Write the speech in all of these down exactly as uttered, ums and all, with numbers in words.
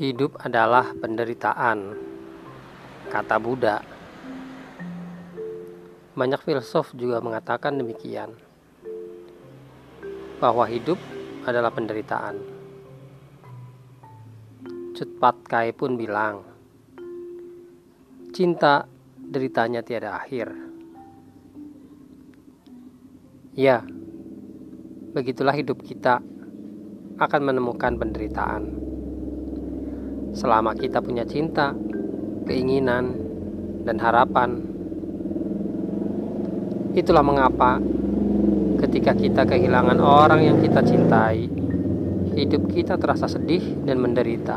Hidup adalah penderitaan, kata Buddha. Banyak filsuf juga mengatakan demikian, bahwa hidup adalah penderitaan. Cut Pat Kai pun bilang, cinta deritanya tiada akhir. Ya, begitulah hidup kita akan menemukan penderitaan. Selama kita punya cinta, keinginan, dan harapan. Itulah mengapa ketika kita kehilangan orang yang kita cintai, hidup kita terasa sedih dan menderita.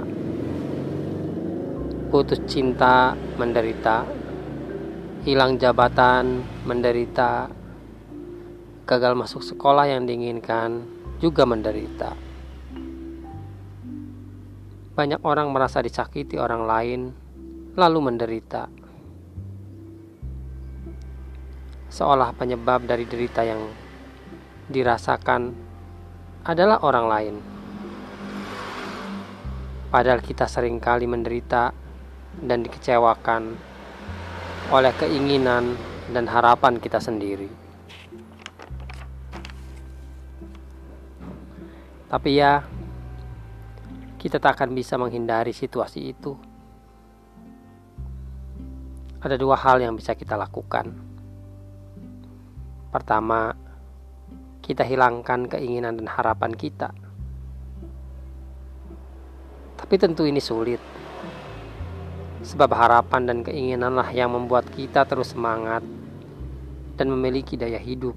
Putus cinta, menderita. Hilang jabatan, menderita. Gagal masuk sekolah yang diinginkan, juga menderita. Banyak orang merasa disakiti orang lain, lalu menderita. Seolah penyebab dari derita yang dirasakan adalah orang lain. Padahal kita seringkali menderita dan dikecewakan oleh keinginan dan harapan kita sendiri. Tapi ya, kita tak akan bisa menghindari situasi itu. Ada dua hal yang bisa kita lakukan. Pertama, kita hilangkan keinginan dan harapan kita. Tapi tentu ini sulit. Sebab harapan dan keinginanlah yang membuat kita terus semangat dan memiliki daya hidup.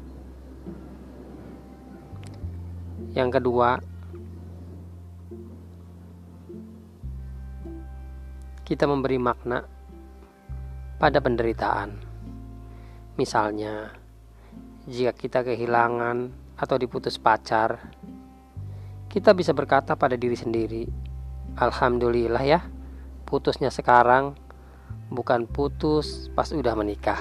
Yang kedua, kita memberi makna pada penderitaan. Misalnya, jika kita kehilangan atau diputus pacar, kita bisa berkata pada diri sendiri, alhamdulillah ya, putusnya sekarang, bukan putus pas udah menikah.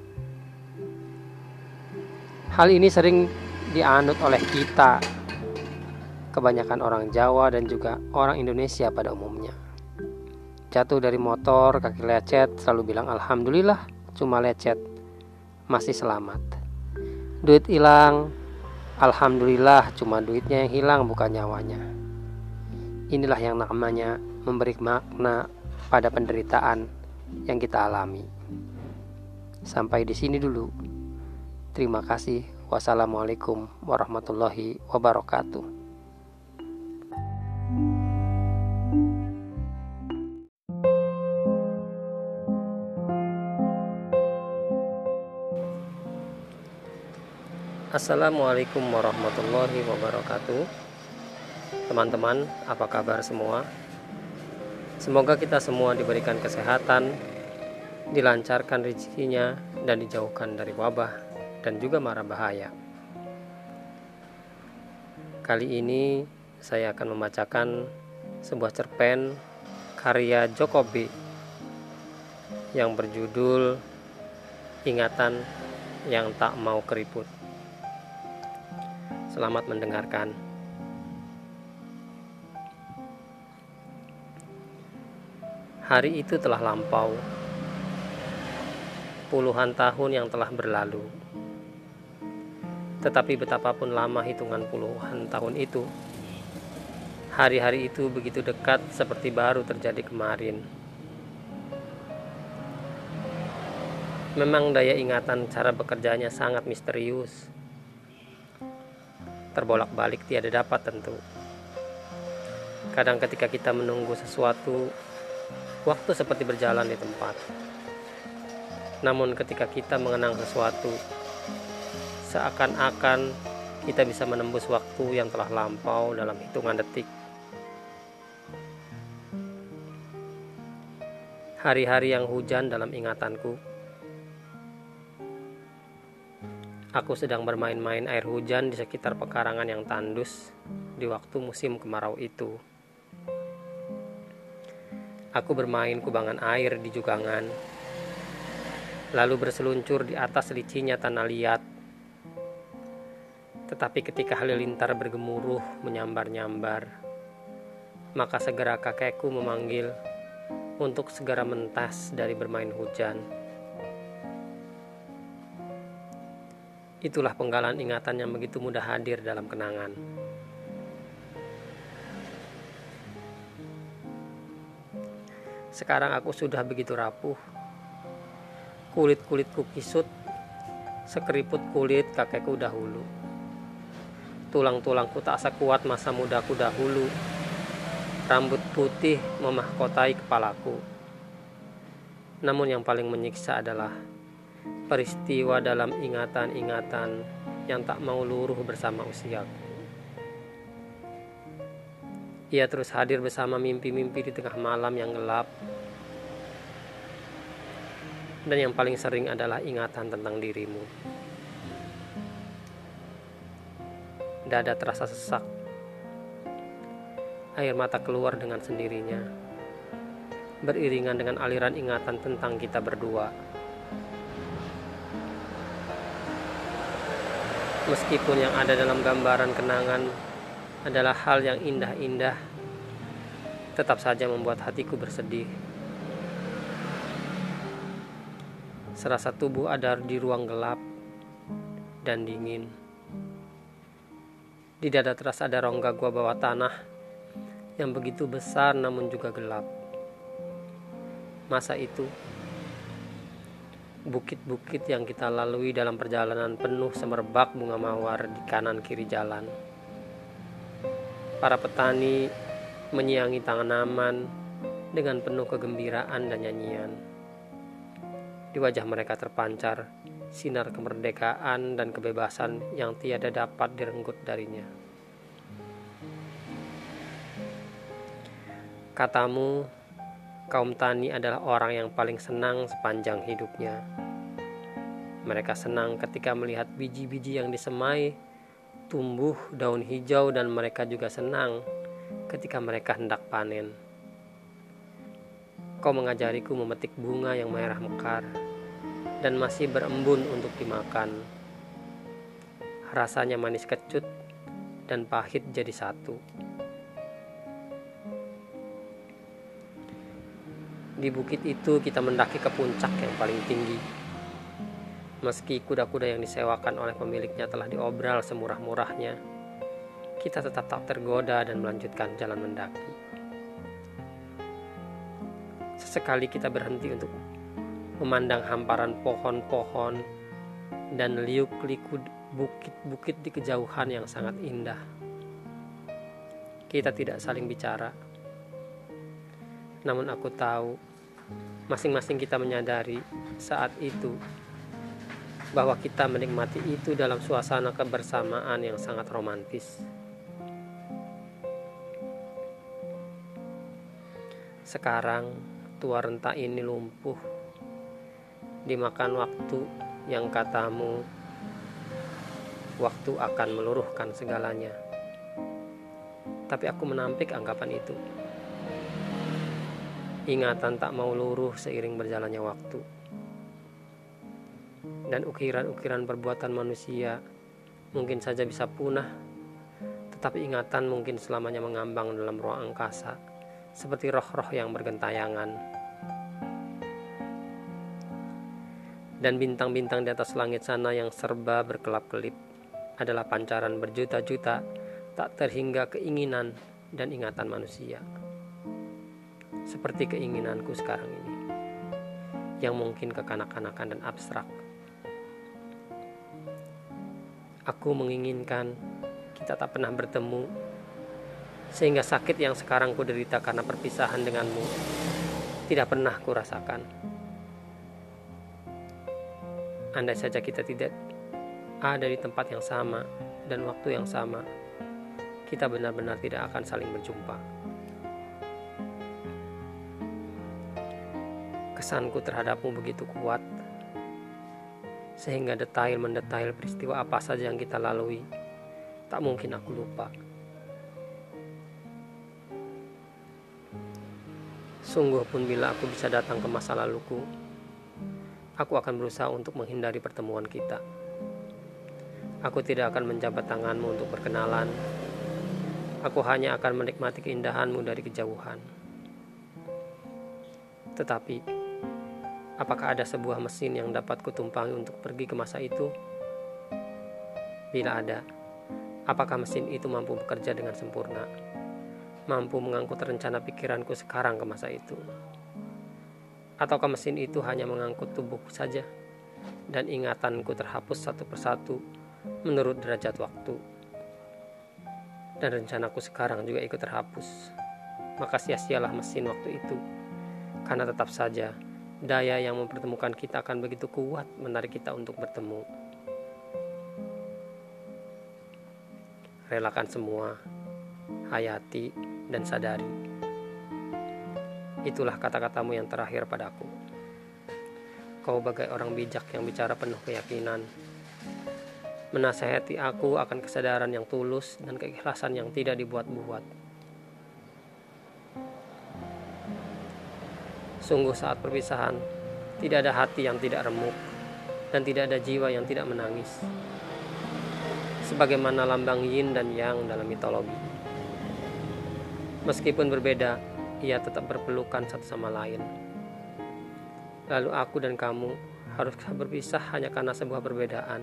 Hal ini sering dianut oleh kita, kebanyakan orang Jawa dan juga orang Indonesia pada umumnya. Jatuh dari motor, kaki lecet, selalu bilang alhamdulillah, cuma lecet, masih selamat. Duit hilang, alhamdulillah, cuma duitnya yang hilang, bukan nyawanya. Inilah yang namanya memberi makna pada penderitaan yang kita alami. Sampai di sini dulu. Terima kasih. Wassalamualaikum warahmatullahi wabarakatuh. Assalamualaikum warahmatullahi wabarakatuh. Teman-teman, apa kabar semua? Semoga kita semua diberikan kesehatan, dilancarkan rezekinya, dan dijauhkan dari wabah dan juga mara bahaya. Kali ini saya akan membacakan sebuah cerpen karya Joko B yang berjudul Ingatan yang Tak Mau Keriput. Selamat mendengarkan. Hari itu telah lampau. Puluhan tahun yang telah berlalu. Tetapi betapapun lama hitungan puluhan tahun itu, hari-hari itu begitu dekat seperti baru terjadi kemarin. Memang daya ingatan cara bekerjanya sangat misterius. Terbolak-balik tiada dapat tentu. Kadang ketika kita menunggu sesuatu, waktu seperti berjalan di tempat. Namun ketika kita mengenang sesuatu, seakan-akan kita bisa menembus waktu yang telah lampau dalam hitungan detik. Hari-hari yang hujan dalam ingatanku. Aku sedang bermain-main air hujan di sekitar pekarangan yang tandus di waktu musim kemarau itu. Aku bermain kubangan air di jugangan, lalu berseluncur di atas licinya tanah liat. Tetapi ketika halilintar bergemuruh menyambar-nyambar, Maka segera kakekku memanggil untuk segera mentas dari bermain hujan. Itulah penggalan ingatan yang begitu mudah hadir dalam kenangan. Sekarang aku sudah begitu rapuh. Kulit-kulitku kisut, sekeriput kulit kakekku dahulu. Tulang-tulangku tak sekuat masa mudaku dahulu. Rambut putih memahkotai kepalaku. Namun yang paling menyiksa adalah peristiwa dalam ingatan-ingatan yang tak mau luruh bersama usiaku. Ia terus hadir bersama mimpi-mimpi di tengah malam yang gelap. Dan yang paling sering adalah ingatan tentang dirimu. Dada terasa sesak. Air mata keluar dengan sendirinya, beriringan dengan aliran ingatan tentang kita berdua. Meskipun yang ada dalam gambaran kenangan adalah hal yang indah-indah, tetap saja membuat hatiku bersedih. Serasa tubuh ada di ruang gelap dan dingin. Di dada terasa ada rongga gua bawah tanah yang begitu besar namun juga gelap. Masa itu, bukit-bukit yang kita lalui dalam perjalanan penuh semerbak bunga mawar di kanan kiri jalan. Para petani menyiangi tanaman dengan penuh kegembiraan dan nyanyian. Di wajah mereka terpancar sinar kemerdekaan dan kebebasan yang tiada dapat direnggut darinya. Katamu, kaum tani adalah orang yang paling senang sepanjang hidupnya. Mereka senang ketika melihat biji-biji yang disemai tumbuh daun hijau, dan mereka juga senang ketika mereka hendak panen. Kau mengajariku memetik bunga yang merah mekar dan masih berembun untuk dimakan. Rasanya manis kecut dan pahit jadi satu. Di bukit itu kita mendaki ke puncak yang paling tinggi. Meski kuda-kuda yang disewakan oleh pemiliknya telah diobral semurah-murahnya, kita tetap tak tergoda dan melanjutkan jalan mendaki. Sesekali kita berhenti untuk memandang hamparan pohon-pohon dan liuk-liku bukit-bukit di kejauhan yang sangat indah. Kita tidak saling bicara. Namun aku tahu, masing-masing kita menyadari saat itu bahwa kita menikmati itu dalam suasana kebersamaan yang sangat romantis. Sekarang tua renta ini lumpuh, dimakan waktu yang katamu, waktu akan meluruhkan segalanya. Tapi aku menampik anggapan itu. Ingatan tak mau luruh seiring berjalannya waktu. Dan ukiran-ukiran perbuatan manusia mungkin saja bisa punah, tetapi ingatan mungkin selamanya mengambang dalam ruang angkasa, seperti roh-roh yang bergentayangan. Dan bintang-bintang di atas langit sana yang serba berkelap-kelip adalah pancaran berjuta-juta tak terhingga keinginan dan ingatan manusia. Seperti keinginanku sekarang ini, yang mungkin kekanak-kanakan dan abstrak. Aku menginginkan kita tak pernah bertemu, sehingga sakit yang sekarang ku derita karena perpisahan denganmu tidak pernah ku rasakan. Andai saja kita tidak ada di tempat yang sama dan waktu yang sama, kita benar-benar tidak akan saling berjumpa. Kesanku terhadapmu begitu kuat, sehingga detail mendetail peristiwa apa saja yang kita lalui tak mungkin aku lupa. Sungguh pun bila aku bisa datang ke masa laluku, aku akan berusaha untuk menghindari pertemuan kita. Aku tidak akan menjabat tanganmu untuk berkenalan. Aku hanya akan menikmati keindahanmu dari kejauhan. Tetapi, apakah ada sebuah mesin yang dapat kutumpangi untuk pergi ke masa itu? Bila ada, apakah mesin itu mampu bekerja dengan sempurna? Mampu mengangkut rencana pikiranku sekarang ke masa itu? Ataukah mesin itu hanya mengangkut tubuhku saja, dan ingatanku terhapus satu persatu menurut derajat waktu? Dan rencanaku sekarang juga ikut terhapus. Maka sia-sialah mesin waktu itu. Karena tetap saja, daya yang mempertemukan kita akan begitu kuat menarik kita untuk bertemu. Relakan semua, hayati dan sadari. Itulah kata-katamu yang terakhir padaku. Kau bagai orang bijak yang bicara penuh keyakinan, menasehati aku akan kesadaran yang tulus dan keikhlasan yang tidak dibuat-buat. Sungguh saat perpisahan, tidak ada hati yang tidak remuk, dan tidak ada jiwa yang tidak menangis. Sebagaimana lambang yin dan yang dalam mitologi. Meskipun berbeda, ia tetap berpelukan satu sama lain. Lalu aku dan kamu harus berpisah hanya karena sebuah perbedaan.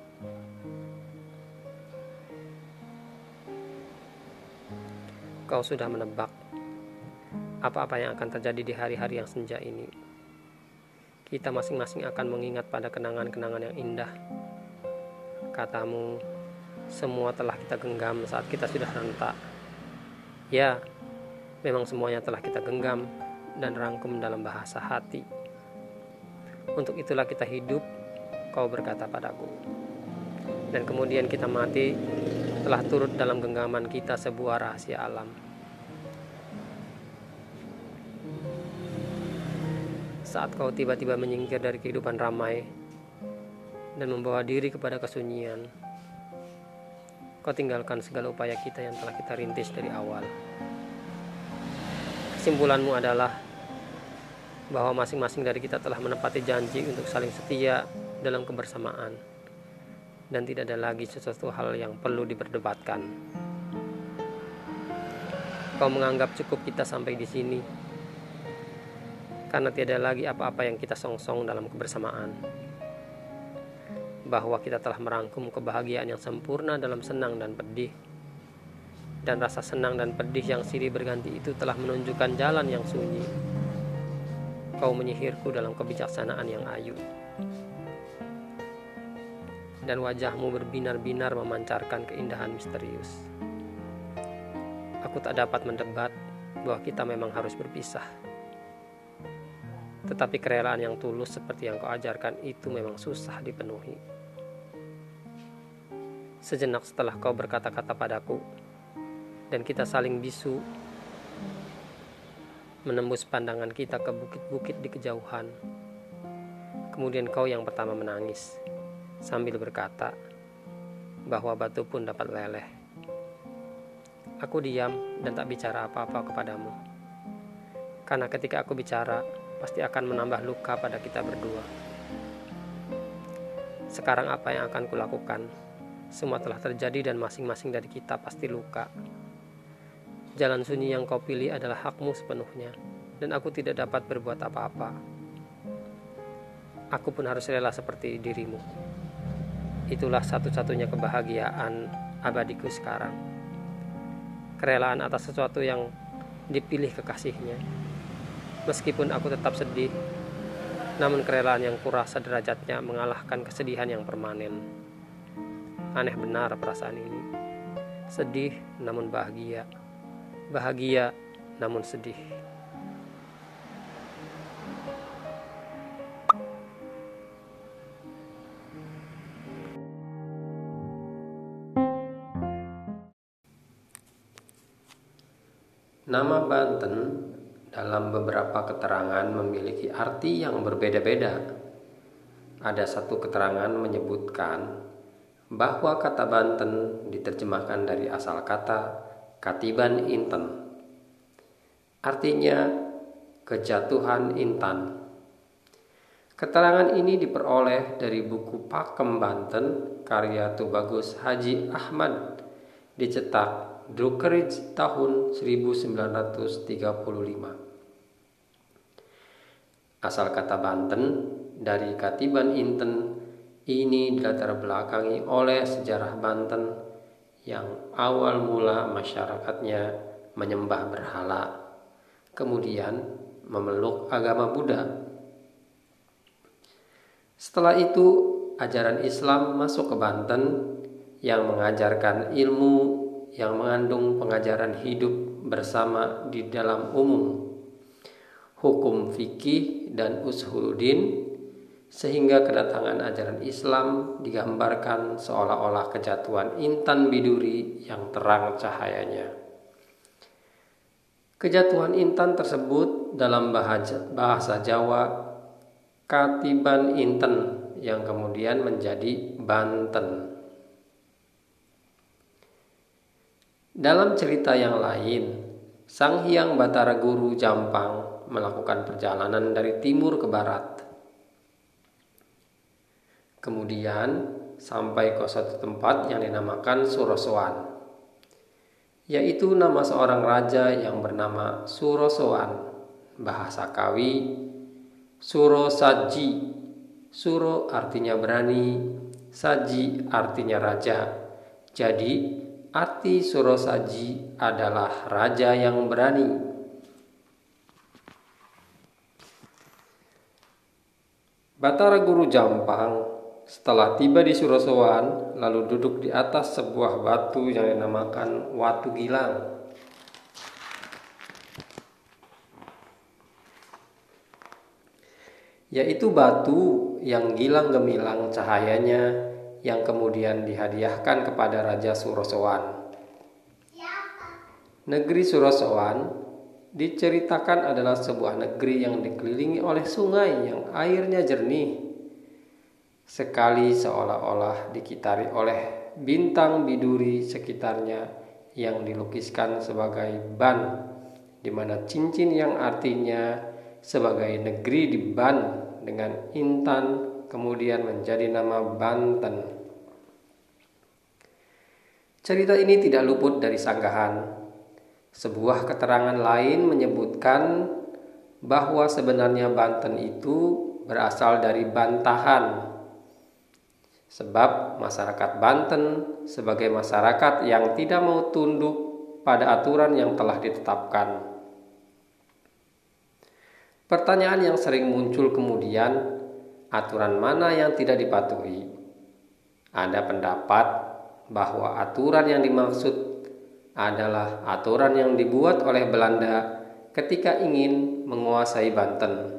Kau sudah menebak apa-apa yang akan terjadi di hari-hari yang senja ini. Kita masing-masing akan mengingat pada kenangan-kenangan yang indah. Katamu, semua telah kita genggam saat kita sudah rentak. Ya, memang semuanya telah kita genggam dan rangkum dalam bahasa hati. Untuk itulah kita hidup, kau berkata padaku. Dan kemudian kita mati, telah turut dalam genggaman kita sebuah rahasia alam. Saat kau tiba-tiba menyingkir dari kehidupan ramai dan membawa diri kepada kesunyian, kau tinggalkan segala upaya kita yang telah kita rintis dari awal. Kesimpulanmu adalah bahwa masing-masing dari kita telah menepati janji untuk saling setia dalam kebersamaan, dan tidak ada lagi sesuatu hal yang perlu diperdebatkan. Kau menganggap cukup kita sampai di sini, karena tiada lagi apa-apa yang kita songsong dalam kebersamaan. Bahwa kita telah merangkum kebahagiaan yang sempurna dalam senang dan pedih. Dan rasa senang dan pedih yang silih berganti itu telah menunjukkan jalan yang sunyi. Kau menyihirku dalam kebijaksanaan yang ayu. Dan wajahmu berbinar-binar memancarkan keindahan misterius. Aku tak dapat mendebat bahwa kita memang harus berpisah. Tetapi kerelaan yang tulus seperti yang kau ajarkan itu memang susah dipenuhi. Sejenak setelah kau berkata-kata padaku, dan kita saling bisu, menembus pandangan kita ke bukit-bukit di kejauhan. Kemudian kau yang pertama menangis, sambil berkata bahwa batu pun dapat leleh. Aku diam dan tak bicara apa-apa kepadamu. Karena ketika aku bicara, pasti akan menambah luka pada kita berdua. Sekarang apa yang akan kulakukan? Semua telah terjadi dan masing-masing dari kita pasti luka. Jalan sunyi yang kau pilih adalah hakmu sepenuhnya, dan aku tidak dapat berbuat apa-apa. Aku pun harus rela seperti dirimu. Itulah satu-satunya kebahagiaan abadiku sekarang. Kerelaan atas sesuatu yang dipilih kekasihnya. Meskipun aku tetap sedih, namun kerelaan yang kurasa derajatnya mengalahkan kesedihan yang permanen. Aneh benar perasaan ini. Sedih namun bahagia. Bahagia namun sedih. Nama Banten dalam beberapa keterangan memiliki arti yang berbeda-beda. Ada satu keterangan menyebutkan bahwa kata Banten diterjemahkan dari asal kata Katiban Inten. Artinya kejatuhan intan. Keterangan ini diperoleh dari buku Pakem Banten karya Tubagus Haji Ahmad, dicetak Drukeridge tahun seribu sembilan ratus tiga puluh lima. Asal kata Banten dari Katiban Inten ini dilatar belakangi oleh sejarah Banten yang awal mula masyarakatnya menyembah berhala, kemudian memeluk agama Buddha. Setelah itu ajaran Islam masuk ke Banten yang mengajarkan ilmu yang mengandung pengajaran hidup bersama di dalam umum, hukum fikih dan ushuluddin, sehingga kedatangan ajaran Islam digambarkan seolah-olah kejatuhan intan biduri yang terang cahayanya. Kejatuhan intan tersebut dalam bahasa, bahasa Jawa Katiban Inten yang kemudian menjadi Banten. Dalam cerita yang lain, Sang Hyang Batara Guru Jampang melakukan perjalanan dari timur ke barat. Kemudian sampai ke suatu tempat yang dinamakan Surosoan, yaitu nama seorang raja yang bernama Surosoan. Bahasa Kawi Suro Saji. Suro artinya berani, Saji artinya raja. Jadi arti Suro Saji adalah raja yang berani. Batara Guru Jampang setelah tiba di Surosoan lalu duduk di atas sebuah batu yang dinamakan Watu Gilang. Yaitu batu yang gilang gemilang cahayanya yang kemudian dihadiahkan kepada Raja Surosoan. Negeri Surosoan diceritakan adalah sebuah negeri yang dikelilingi oleh sungai yang airnya jernih, sekali seolah-olah dikitari oleh bintang biduri sekitarnya yang dilukiskan sebagai ban, di mana cincin yang artinya sebagai negeri di ban dengan intan kemudian menjadi nama Banten. Cerita ini tidak luput dari sanggahan. Sebuah keterangan lain menyebutkan bahwa sebenarnya Banten itu berasal dari Bantahan, sebab masyarakat Banten sebagai masyarakat yang tidak mau tunduk pada aturan yang telah ditetapkan. Pertanyaan yang sering muncul kemudian, aturan mana yang tidak dipatuhi? Ada pendapat bahwa aturan yang dimaksud adalah aturan yang dibuat oleh Belanda ketika ingin menguasai Banten.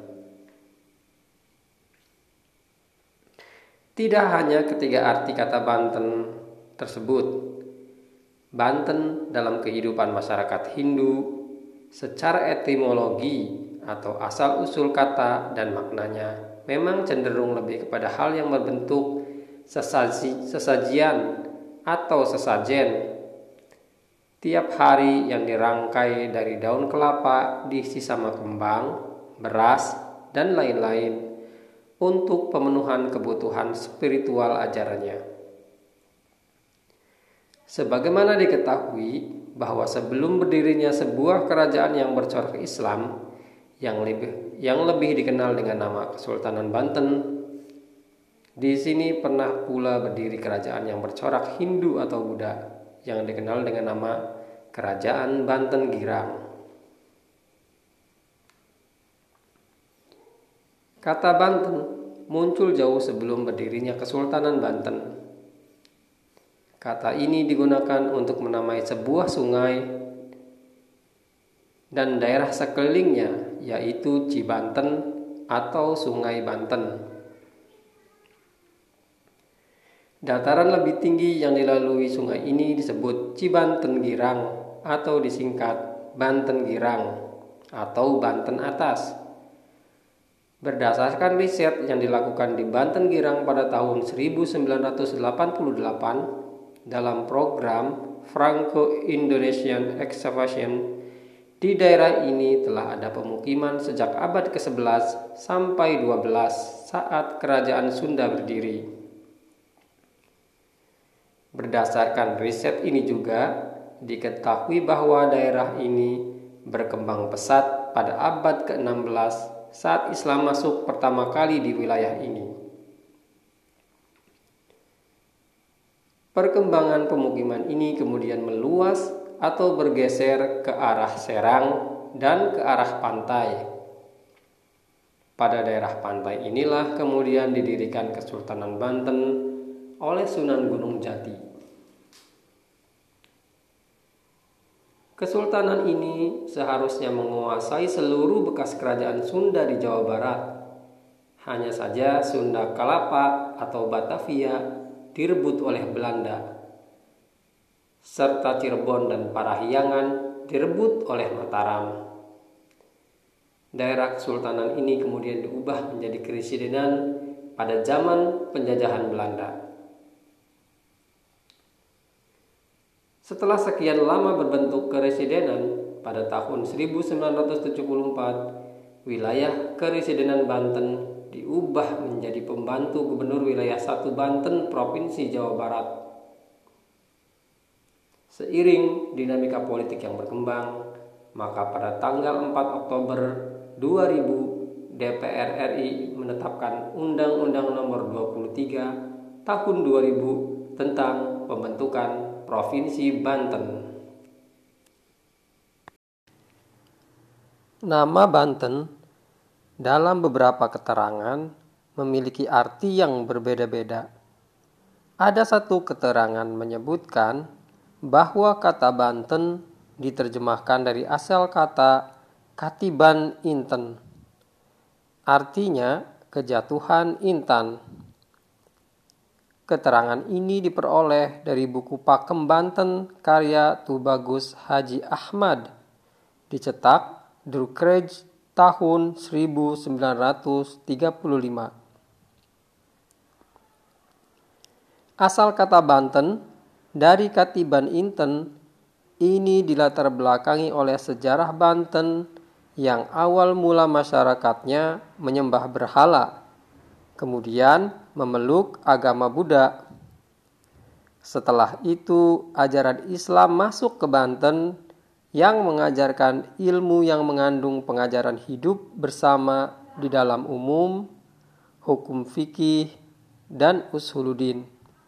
Tidak hanya ketiga arti kata Banten tersebut. Banten dalam kehidupan masyarakat Hindu secara etimologi atau asal-usul kata dan maknanya memang cenderung lebih kepada hal yang berbentuk sesaji, sesajian atau sesajen. Tiap hari yang dirangkai dari daun kelapa diisi sama kembang, beras, dan lain-lain untuk pemenuhan kebutuhan spiritual ajarannya. Sebagaimana diketahui bahwa sebelum berdirinya sebuah kerajaan yang bercorak Islam yang lebih yang lebih dikenal dengan nama Kesultanan Banten, di sini pernah pula berdiri kerajaan yang bercorak Hindu atau Buddha yang dikenal dengan nama Kerajaan Banten Girang. Kata Banten muncul jauh sebelum berdirinya Kesultanan Banten. Kata ini digunakan untuk menamai sebuah sungai dan daerah sekelilingnya, yaitu Cibanten atau Sungai Banten. Dataran lebih tinggi yang dilalui sungai ini disebut Cibanten Girang atau disingkat Banten Girang atau Banten Atas. Berdasarkan riset yang dilakukan di Banten Girang pada tahun seribu sembilan ratus delapan puluh delapan dalam program Franco-Indonesian Excavation, di daerah ini telah ada pemukiman sejak abad kesebelas sampai dua belas saat Kerajaan Sunda berdiri. Berdasarkan riset ini juga, diketahui bahwa daerah ini berkembang pesat pada abad ke enam belas saat Islam masuk pertama kali di wilayah ini. Perkembangan pemukiman ini kemudian meluas atau bergeser ke arah Serang dan ke arah pantai. Pada daerah pantai inilah kemudian didirikan Kesultanan Banten oleh Sunan Gunung Jati. Kesultanan ini seharusnya menguasai seluruh bekas kerajaan Sunda di Jawa Barat. Hanya saja Sunda Kalapa atau Batavia direbut oleh Belanda, serta Cirebon dan Parahyangan direbut oleh Mataram. Daerah kesultanan ini kemudian diubah menjadi keresidenan pada zaman penjajahan Belanda. Setelah sekian lama berbentuk keresidenan, pada tahun seribu sembilan ratus tujuh puluh empat, wilayah keresidenan Banten diubah menjadi pembantu gubernur wilayah satu Banten, Provinsi Jawa Barat. Seiring dinamika politik yang berkembang, maka pada tanggal empat Oktober dua ribu D P R R I menetapkan Undang-Undang Nomor dua puluh tiga Tahun dua ribu tentang pembentukan Provinsi Banten. Nama Banten dalam beberapa keterangan memiliki arti yang berbeda-beda. Ada satu keterangan menyebutkan bahwa kata Banten diterjemahkan dari asal kata Katiban Inten, artinya kejatuhan intan. Keterangan ini diperoleh dari buku Pakem Banten karya Tubagus Haji Ahmad, dicetak Drukrej tahun seribu sembilan ratus tiga puluh lima. Asal kata Banten dari Katiban Inten ini dilatar belakangi oleh sejarah Banten yang awal mula masyarakatnya menyembah berhala, kemudian memeluk agama Buddha. Setelah itu ajaran Islam masuk ke Banten yang mengajarkan ilmu yang mengandung pengajaran hidup bersama di dalam umum, hukum fikih, dan usuluddin.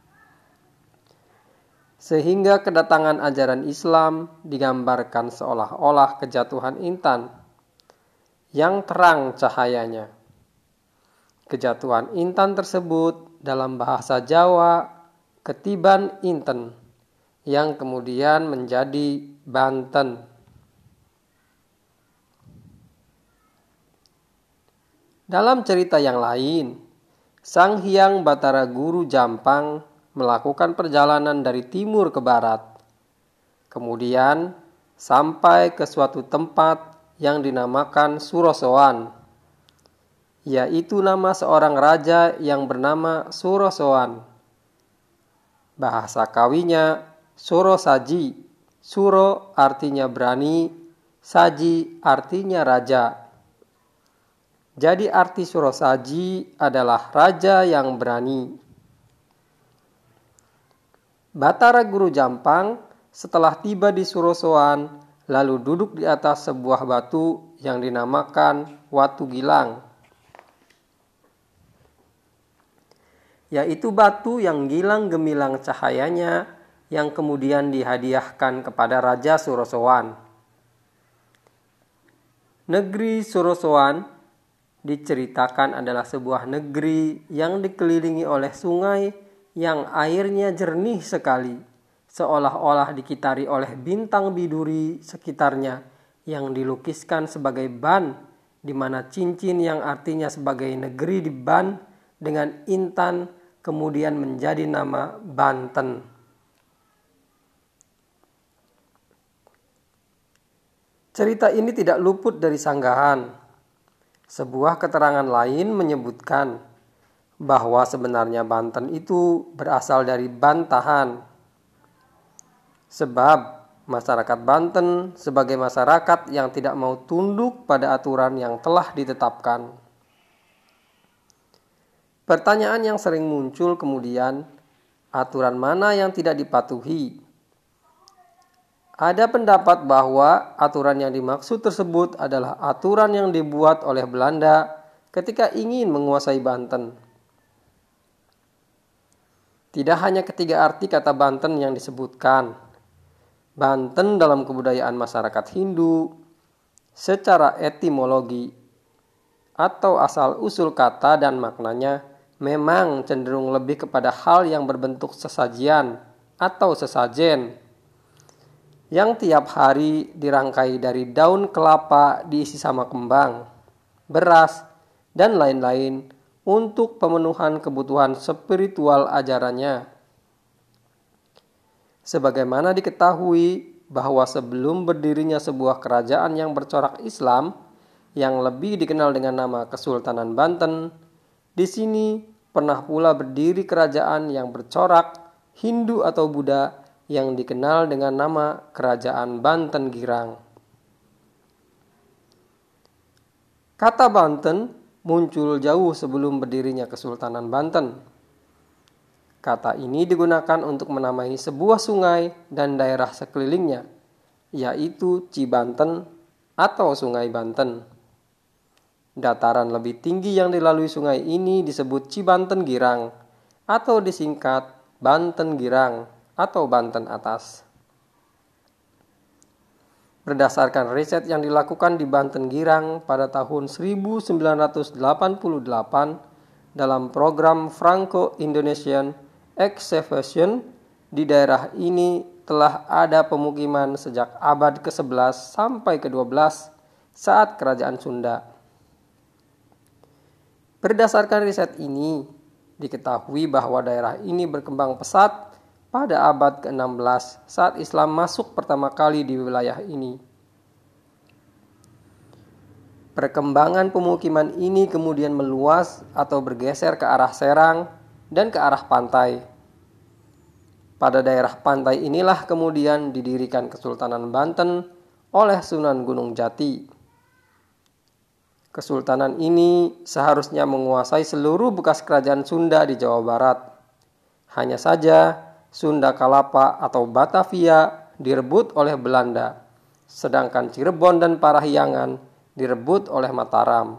Sehingga kedatangan ajaran Islam digambarkan seolah-olah kejatuhan intan yang terang cahayanya. Kejatuhan intan tersebut dalam bahasa Jawa Ketiban Inten, yang kemudian menjadi Banten. Dalam cerita yang lain, Sang Hyang Batara Guru Jampang melakukan perjalanan dari timur ke barat, kemudian sampai ke suatu tempat yang dinamakan Surosoan, yaitu nama seorang raja yang bernama Surosoan. Bahasa kawinya Suro Saji. Suro artinya berani, Saji artinya raja. Jadi arti Suro Saji adalah raja yang berani. Batara Guru Jampang setelah tiba di Surosoan lalu duduk di atas sebuah batu yang dinamakan Watu Gilang, yaitu batu yang gilang gemilang cahayanya yang kemudian dihadiahkan kepada Raja Surosoan. Negeri Surosoan diceritakan adalah sebuah negeri yang dikelilingi oleh sungai yang airnya jernih sekali, seolah-olah dikitari oleh bintang biduri sekitarnya yang dilukiskan sebagai ban, di mana cincin yang artinya sebagai negeri di ban dengan intan kemudian menjadi nama Banten. Cerita ini tidak luput dari sanggahan. Sebuah keterangan lain menyebutkan bahwa sebenarnya Banten itu berasal dari Bantahan. Sebab masyarakat Banten sebagai masyarakat yang tidak mau tunduk pada aturan yang telah ditetapkan. Pertanyaan yang sering muncul kemudian, aturan mana yang tidak dipatuhi? Ada pendapat bahwa aturan yang dimaksud tersebut adalah aturan yang dibuat oleh Belanda ketika ingin menguasai Banten. Tidak hanya ketiga arti kata Banten yang disebutkan. Banten dalam kebudayaan masyarakat Hindu, secara etimologi atau asal-usul kata dan maknanya memang cenderung lebih kepada hal yang berbentuk sesajian atau sesajen, yang tiap hari dirangkai dari daun kelapa diisi sama kembang, beras, dan lain-lain untuk pemenuhan kebutuhan spiritual ajarannya. Sebagaimana diketahui bahwa sebelum berdirinya sebuah kerajaan yang bercorak Islam yang lebih dikenal dengan nama Kesultanan Banten, di sini pernah pula berdiri kerajaan yang bercorak Hindu atau Buddha yang dikenal dengan nama Kerajaan Banten Girang. Kata Banten muncul jauh sebelum berdirinya Kesultanan Banten. Kata ini digunakan untuk menamai sebuah sungai dan daerah sekelilingnya, yaitu Cibanten atau Sungai Banten. Dataran lebih tinggi yang dilalui sungai ini disebut Cibanten Girang atau disingkat Banten Girang atau Banten Atas. Berdasarkan riset yang dilakukan di Banten Girang pada tahun seribu sembilan ratus delapan puluh delapan dalam program Franco-Indonesian Excavation, di daerah ini telah ada pemukiman sejak abad kesebelas sampai kedua belas saat Kerajaan Sunda. Berdasarkan riset ini, diketahui bahwa daerah ini berkembang pesat pada abad keenam belas saat Islam masuk pertama kali di wilayah ini. Perkembangan pemukiman ini kemudian meluas atau bergeser ke arah Serang dan ke arah pantai. Pada daerah pantai inilah kemudian didirikan Kesultanan Banten oleh Sunan Gunung Jati. Kesultanan ini seharusnya menguasai seluruh bekas kerajaan Sunda di Jawa Barat. Hanya saja Sunda Kalapa atau Batavia direbut oleh Belanda, sedangkan Cirebon dan Parahyangan direbut oleh Mataram.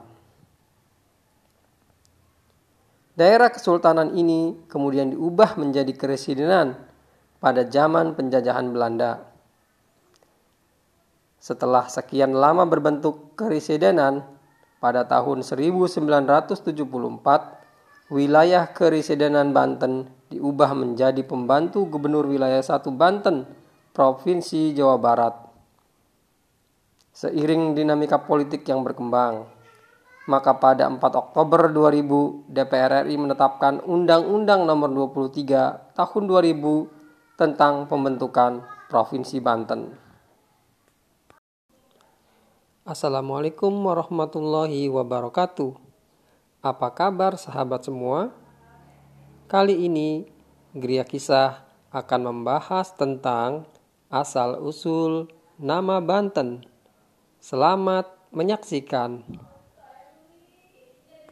Daerah Kesultanan ini kemudian diubah menjadi keresidenan pada zaman penjajahan Belanda. Setelah sekian lama berbentuk keresidenan, pada tahun seribu sembilan ratus tujuh puluh empat, wilayah keresidenan Banten diubah menjadi pembantu gubernur wilayah satu Banten, Provinsi Jawa Barat. Seiring dinamika politik yang berkembang, maka pada empat Oktober dua ribu D P R R I menetapkan Undang-Undang Nomor dua puluh tiga Tahun dua ribu tentang pembentukan Provinsi Banten. Assalamualaikum warahmatullahi wabarakatuh. Apa kabar sahabat semua? Kali ini Gria Kisah akan membahas tentang asal-usul nama Banten. Selamat menyaksikan.